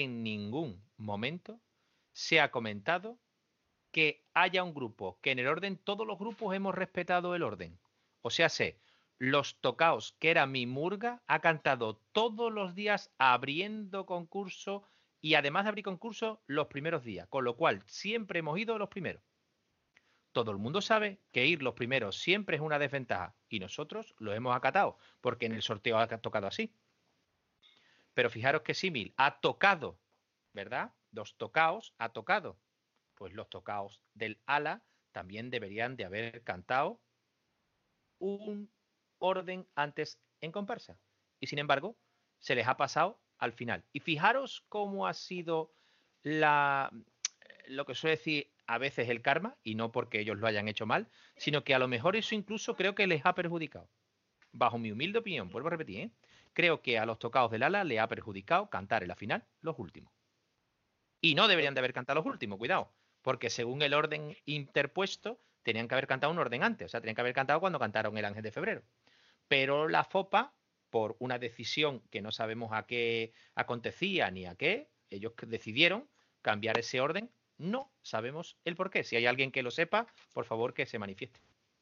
se ha comentado que haya un grupo, que en el orden, todos los grupos hemos respetado el orden. O sea, los Tocaos, que era mi murga, ha cantado todos los días abriendo concurso y además de abrir concurso los primeros días, con lo cual siempre hemos ido los primeros. Todo el mundo sabe que ir los primeros siempre es una desventaja y nosotros lo hemos acatado porque en el sorteo ha tocado así. Pero fijaros que símil, ha tocado, ¿verdad? Los Tocaos ha tocado. Pues los Tocaos del ala también deberían de haber cantado un orden antes en comparsa. Y sin embargo, se les ha pasado al final. Y fijaros cómo ha sido lo que suele decir a veces el karma, y no porque ellos lo hayan hecho mal, sino que a lo mejor eso incluso creo que les ha perjudicado. Bajo mi humilde opinión, vuelvo a repetir, ¿eh? Creo que a los Tocaos del ala le ha perjudicado cantar en la final los últimos. Y no deberían de haber cantado los últimos, cuidado, porque según el orden interpuesto, tenían que haber cantado un orden antes, o sea, tenían que haber cantado cuando cantaron El Ángel de Febrero. Pero la FOPA, por una decisión que no sabemos a qué acontecía ni a qué, ellos decidieron cambiar ese orden. No sabemos el por qué. Si hay alguien que lo sepa, por favor que se manifieste.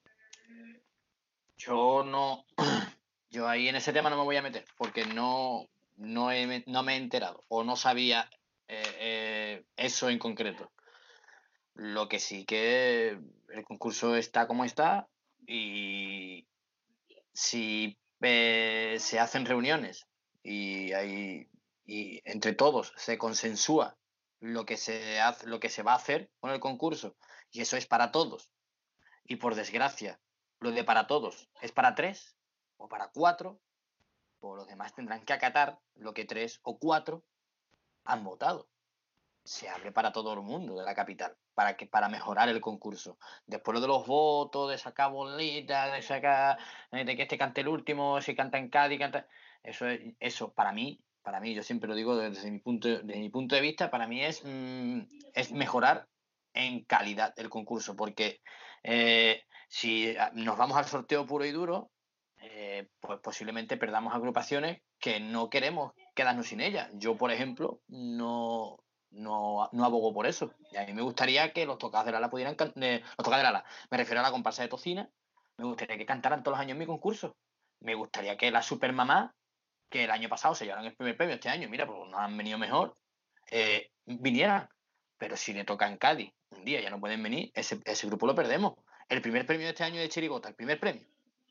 Yo ahí en ese tema no me voy a meter, porque no me he enterado o no sabía eso en concreto. Lo que sí que el concurso está como está, y si se hacen reuniones y entre todos se consensúa lo que se va a hacer con el concurso, y eso es para todos, y por desgracia lo de para todos es para 3 o para 4, pues los demás tendrán que acatar lo que 3 o 4 han votado. se abre para todo el mundo de la capital, para mejorar el concurso. Después lo de los votos, de sacar bolitas, de sacar de que este cante el último, si canta en Cádiz, canta. Eso para mí, yo siempre lo digo desde mi punto de vista, para mí es mejorar en calidad el concurso, porque si nos vamos al sorteo puro y duro, pues posiblemente perdamos agrupaciones que no queremos quedarnos sin ellas. Yo, por ejemplo, no abogo por eso. Y a mí me gustaría que los tocados del ala pudieran los tocados del ala, me refiero a la comparsa de Tocina, me gustaría que cantaran todos los años en mi concurso. Me gustaría que la Supermamá, que el año pasado se llevaron el primer premio, este año, mira, pues no han venido mejor, vinieran. Pero si le toca en Cádiz un día ya no pueden venir, ese grupo lo perdemos. El primer premio de este año de Chirigota, el primer premio,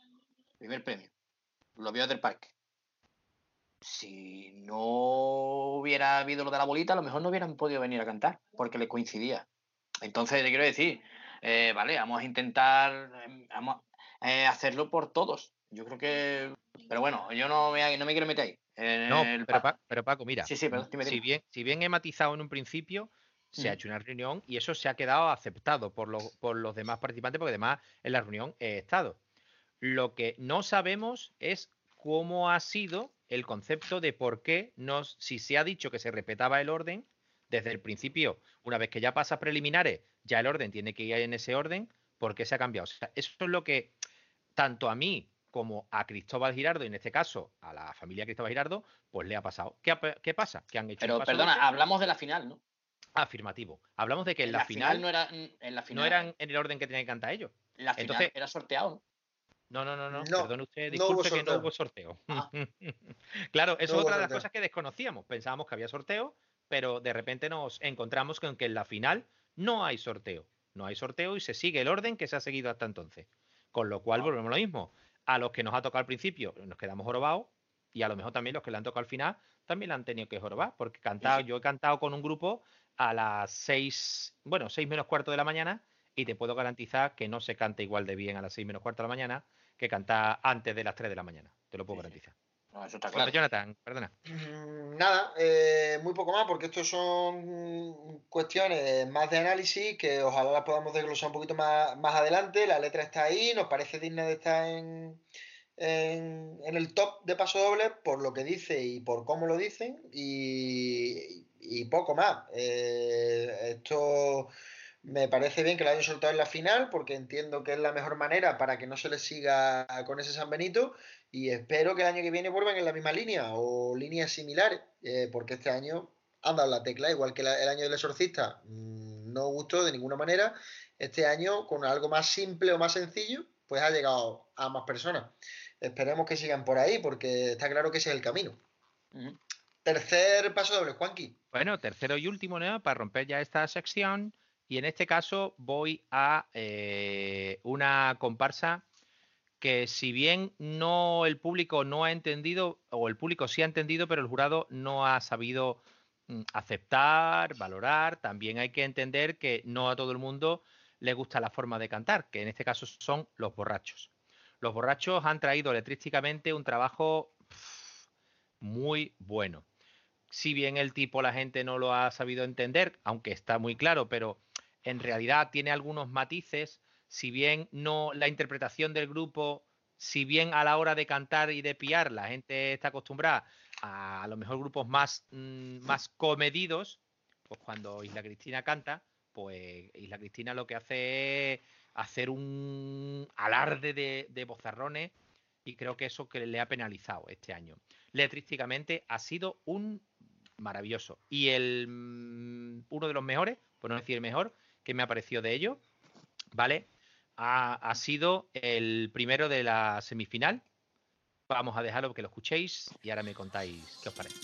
los Vías del Parque. Si no hubiera habido lo de la bolita, a lo mejor no hubieran podido venir a cantar, porque les coincidía. Entonces, te quiero decir, vale, vamos a intentar hacerlo por todos. Yo creo que... Pero bueno, yo no me quiero meter ahí. No, pero Paco, mira, Sí, perdón, si bien he matizado en un principio, se ha hecho una reunión y eso se ha quedado aceptado por los demás participantes, porque además en la reunión he estado. Lo que no sabemos es cómo ha sido el concepto de por qué si se ha dicho que se respetaba el orden desde el principio, una vez que ya pasa preliminares, ya el orden tiene que ir en ese orden, ¿por qué se ha cambiado? O sea, eso es lo que tanto a mí como a Cristóbal Girardo, y en este caso a la familia Cristóbal Girardo, pues le ha pasado. ¿Qué pasa? Que han hecho Pero perdona, hablamos de la final, ¿no? Afirmativo. Hablamos de que en la final no eran en el orden que tenían que cantar ellos. La final entonces era sorteado, ¿no? No. Perdone usted, disculpe que no hubo sorteo. Claro, eso es otra de las cosas que desconocíamos. Pensábamos que había sorteo, pero de repente nos encontramos con que en la final no hay sorteo. No hay sorteo y se sigue el orden que se ha seguido hasta entonces. Con lo cual volvemos a lo mismo. A los que nos ha tocado al principio nos quedamos jorobados y a lo mejor también los que le han tocado al final también le han tenido que jorobar. Porque yo he cantado con un grupo a las 6 menos cuarto de la mañana y te puedo garantizar que no se canta igual de bien a las 6 menos cuarto de la mañana que cantar antes de las 3 de la mañana. Te lo puedo garantizar. No, eso está claro. Jonathan, perdona. Nada, muy poco más, porque estos son cuestiones más de análisis que ojalá las podamos desglosar un poquito más adelante. La letra está ahí, nos parece digna de estar en el top de Paso Doble por lo que dice y por cómo lo dicen y poco más. Esto me parece bien que lo hayan soltado en la final porque entiendo que es la mejor manera para que no se les siga con ese San Benito y espero que el año que viene vuelvan en la misma línea o líneas similares porque este año han dado la tecla, igual que el año del Exorcista no gustó de ninguna manera. Este año con algo más simple o más sencillo pues ha llegado a más personas. Esperemos que sigan por ahí porque está claro que ese es el camino. Tercer Paso Doble, Juanqui. Bueno, tercero y último, ¿no? Para romper ya esta sección. Y en este caso voy a una comparsa que si bien el público no ha entendido, o el público sí ha entendido, pero el jurado no ha sabido aceptar, valorar. También hay que entender que no a todo el mundo le gusta la forma de cantar, que en este caso son Los Borrachos. Los Borrachos han traído letrísticamente un trabajo muy bueno. Si bien el tipo la gente no lo ha sabido entender, aunque está muy claro, pero en realidad tiene algunos matices, si bien no la interpretación del grupo, si bien a la hora de cantar y de piar la gente está acostumbrada a lo mejor grupos más comedidos, pues cuando Isla Cristina canta, pues Isla Cristina lo que hace es hacer un alarde de bozarrones y creo que eso que le ha penalizado este año. Letrísticamente ha sido un maravilloso. Y uno de los mejores, por no decir el mejor, que me ha parecido de ellos, ¿vale? Ha sido el primero de la semifinal. Vamos a dejarlo que lo escuchéis y ahora me contáis qué os parece.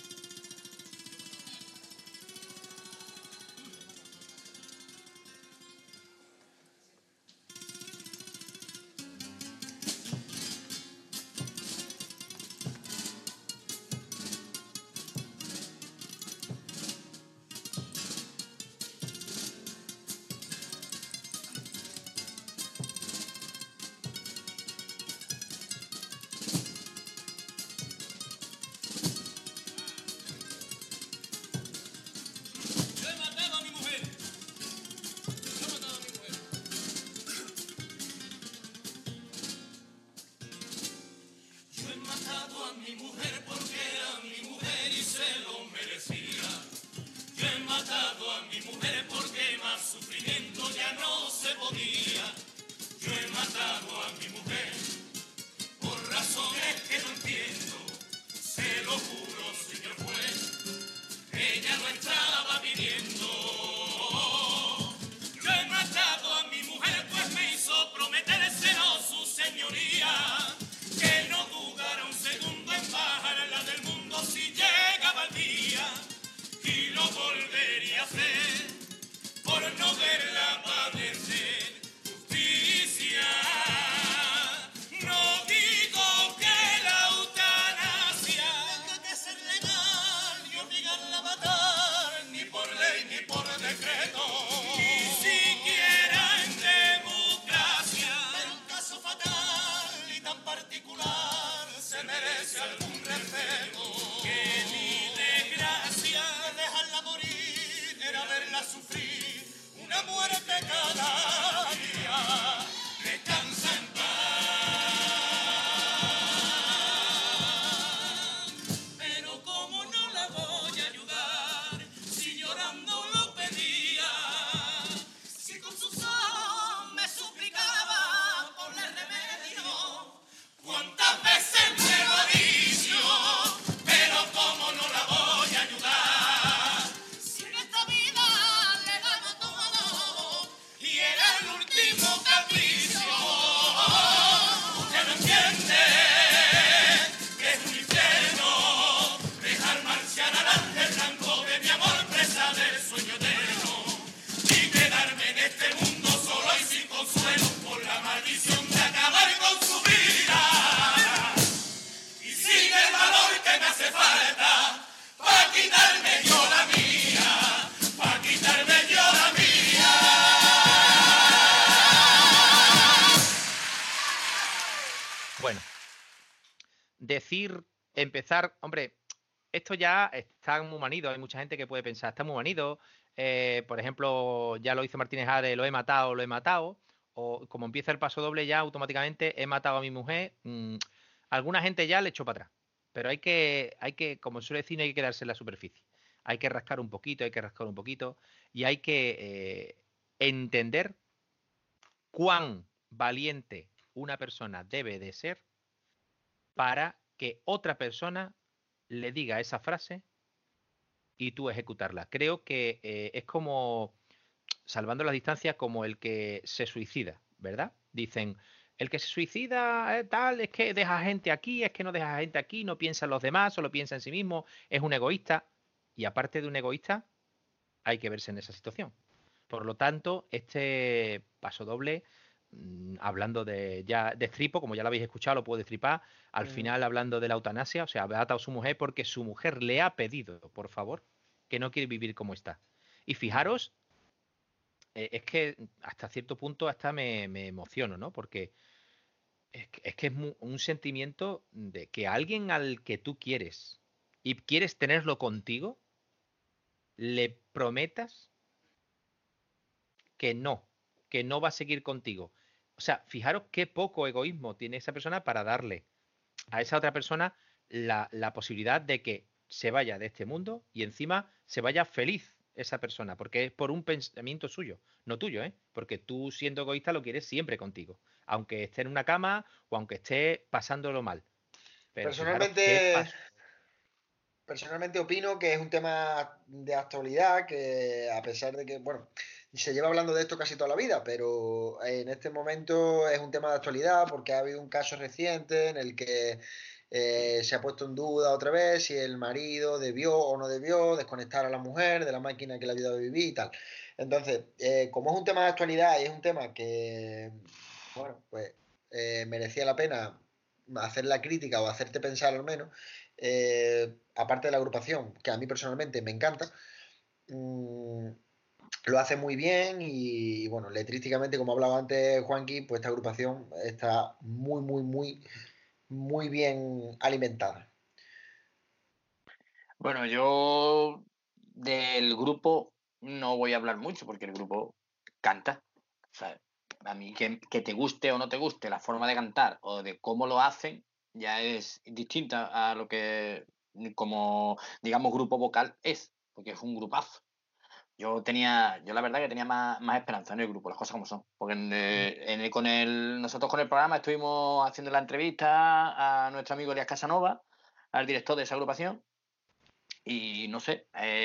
empezar, hombre, esto ya está muy manido, hay mucha gente que puede pensar, está muy manido, por ejemplo, ya lo hizo Martínez Ade, lo he matado, o como empieza el paso doble ya automáticamente he matado a mi mujer, alguna gente ya le echó para atrás, pero hay que, como suele decir, no hay que quedarse en la superficie, hay que rascar un poquito, y hay que entender cuán valiente una persona debe de ser para que otra persona le diga esa frase y tú ejecutarla. Creo que es como, salvando las distancias, como el que se suicida, ¿verdad? Dicen, el que se suicida tal, es que deja gente aquí, es que no deja gente aquí, no piensa en los demás, solo piensa en sí mismo, es un egoísta. Y aparte de un egoísta, hay que verse en esa situación. Por lo tanto, este paso doble, hablando de ya destripo, como ya lo habéis escuchado, lo puedo destripar. Al final, hablando de la eutanasia, o sea, ha matado a su mujer porque su mujer le ha pedido, por favor, que no quiere vivir como está. Y fijaros, es que hasta cierto punto hasta me emociono, ¿no? Porque es que es un sentimiento de que alguien al que tú quieres y quieres tenerlo contigo, le prometas que no va a seguir contigo. O sea, fijaros qué poco egoísmo tiene esa persona para darle a esa otra persona la posibilidad de que se vaya de este mundo y encima se vaya feliz esa persona, porque es por un pensamiento suyo, no tuyo, ¿eh? Porque tú siendo egoísta lo quieres siempre contigo, aunque esté en una cama o aunque esté pasándolo mal. Pero fijaros qué Personalmente, pasó. personalmente opino que es un tema de actualidad que a pesar de que, bueno, se lleva hablando de esto casi toda la vida, pero en este momento es un tema de actualidad porque ha habido un caso reciente en el que se ha puesto en duda otra vez si el marido debió o no debió desconectar a la mujer de la máquina que le ayudaba a vivir y tal. Entonces, como es un tema de actualidad y es un tema que, bueno, pues merecía la pena hacer la crítica o hacerte pensar al menos, aparte de la agrupación, que a mí personalmente me encanta, lo hace muy bien y, bueno, letrísticamente, como hablaba antes Juanqui, pues esta agrupación está muy bien alimentada. Bueno, yo del grupo no voy a hablar mucho porque el grupo canta. O sea, a mí que te guste o no te guste la forma de cantar o de cómo lo hacen ya es distinta a lo que como, digamos, grupo vocal es, porque es un grupazo. Yo la verdad que tenía más esperanza en el grupo, las cosas como son. Porque nosotros con el programa estuvimos haciendo la entrevista a nuestro amigo Elias Casanova, al director de esa agrupación, y no sé,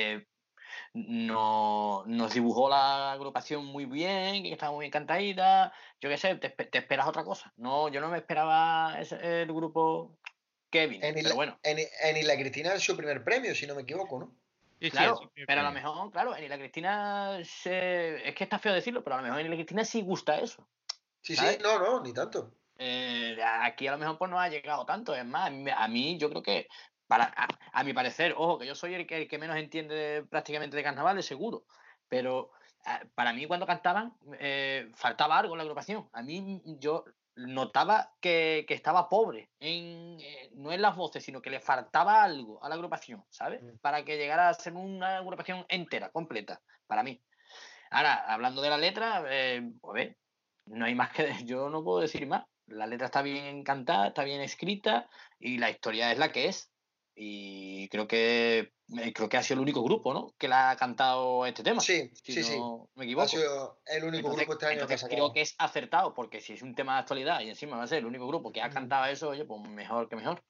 nos dibujó la agrupación muy bien, que estaba muy bien cantadita. Yo qué sé, te esperas otra cosa. No, yo no me esperaba el grupo Kevin, En pero Isla, bueno. en Isla Cristina es su primer premio, si no me equivoco, ¿no? Sí, sí, Claro, eso es pero a lo premio. mejor, claro, en Isla Cristina es que está feo decirlo, pero a lo mejor en Isla Cristina sí gusta eso, Sí, sí, ¿sabes? no, ni tanto. Aquí a lo mejor pues no ha llegado tanto. Es más, a mí yo creo que, a mi parecer, ojo, que yo soy el que menos entiende prácticamente de carnavales, seguro, pero para mí cuando cantaban faltaba algo en la agrupación. A mí yo notaba que estaba pobre, no en las voces, sino que le faltaba algo a la agrupación, ¿sabes? Para que llegara a ser una agrupación entera, completa, para mí. Ahora, hablando de la letra, a ver, no hay más que. Yo no puedo decir más. La letra está bien cantada, está bien escrita y la historia es la que es. Y creo que ha sido el único grupo, ¿no?, que la ha cantado este tema, Sí, si sí. no me Ha equivoco. sido el único Entonces, grupo este año que ha entonces creo sacado. que es acertado, porque si es un tema de actualidad y encima va a ser el único grupo que ha cantado eso, oye, pues mejor que mejor.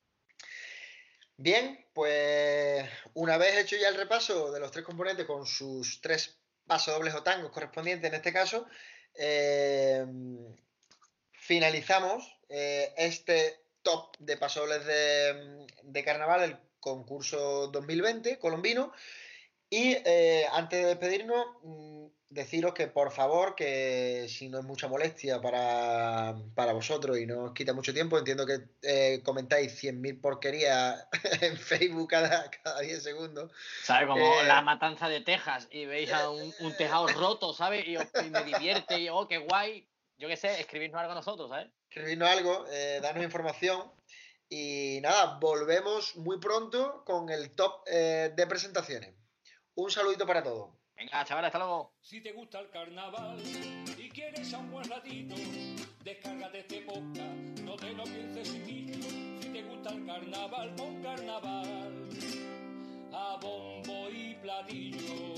Bien, pues una vez hecho ya el repaso de los tres componentes con sus tres pasodobles o tangos correspondientes en este caso, eh, finalizamos este top de pasodobles de carnaval, el concurso 2020 colombino. Y antes de despedirnos, deciros que por favor, que si no es mucha molestia para vosotros y no os quita mucho tiempo, entiendo que comentáis 100.000 porquerías en Facebook cada 10 segundos. ¿Sabes? Como Eh, la matanza de Texas y veis a un tejado roto, ¿sabes? Y me divierte y, oh, qué guay. Yo qué sé, escribirnos algo a nosotros, ¿sabes? Escribirnos algo, darnos información. Y nada, volvemos muy pronto con el top de presentaciones. Un saludito para todos. Venga, chavales, hasta luego. Si te gusta el carnaval y quieres a un buen ratito, descárgate este podcast, no te lo pienses chiquillo. Si te gusta el carnaval, pon carnaval a bombo y platillo.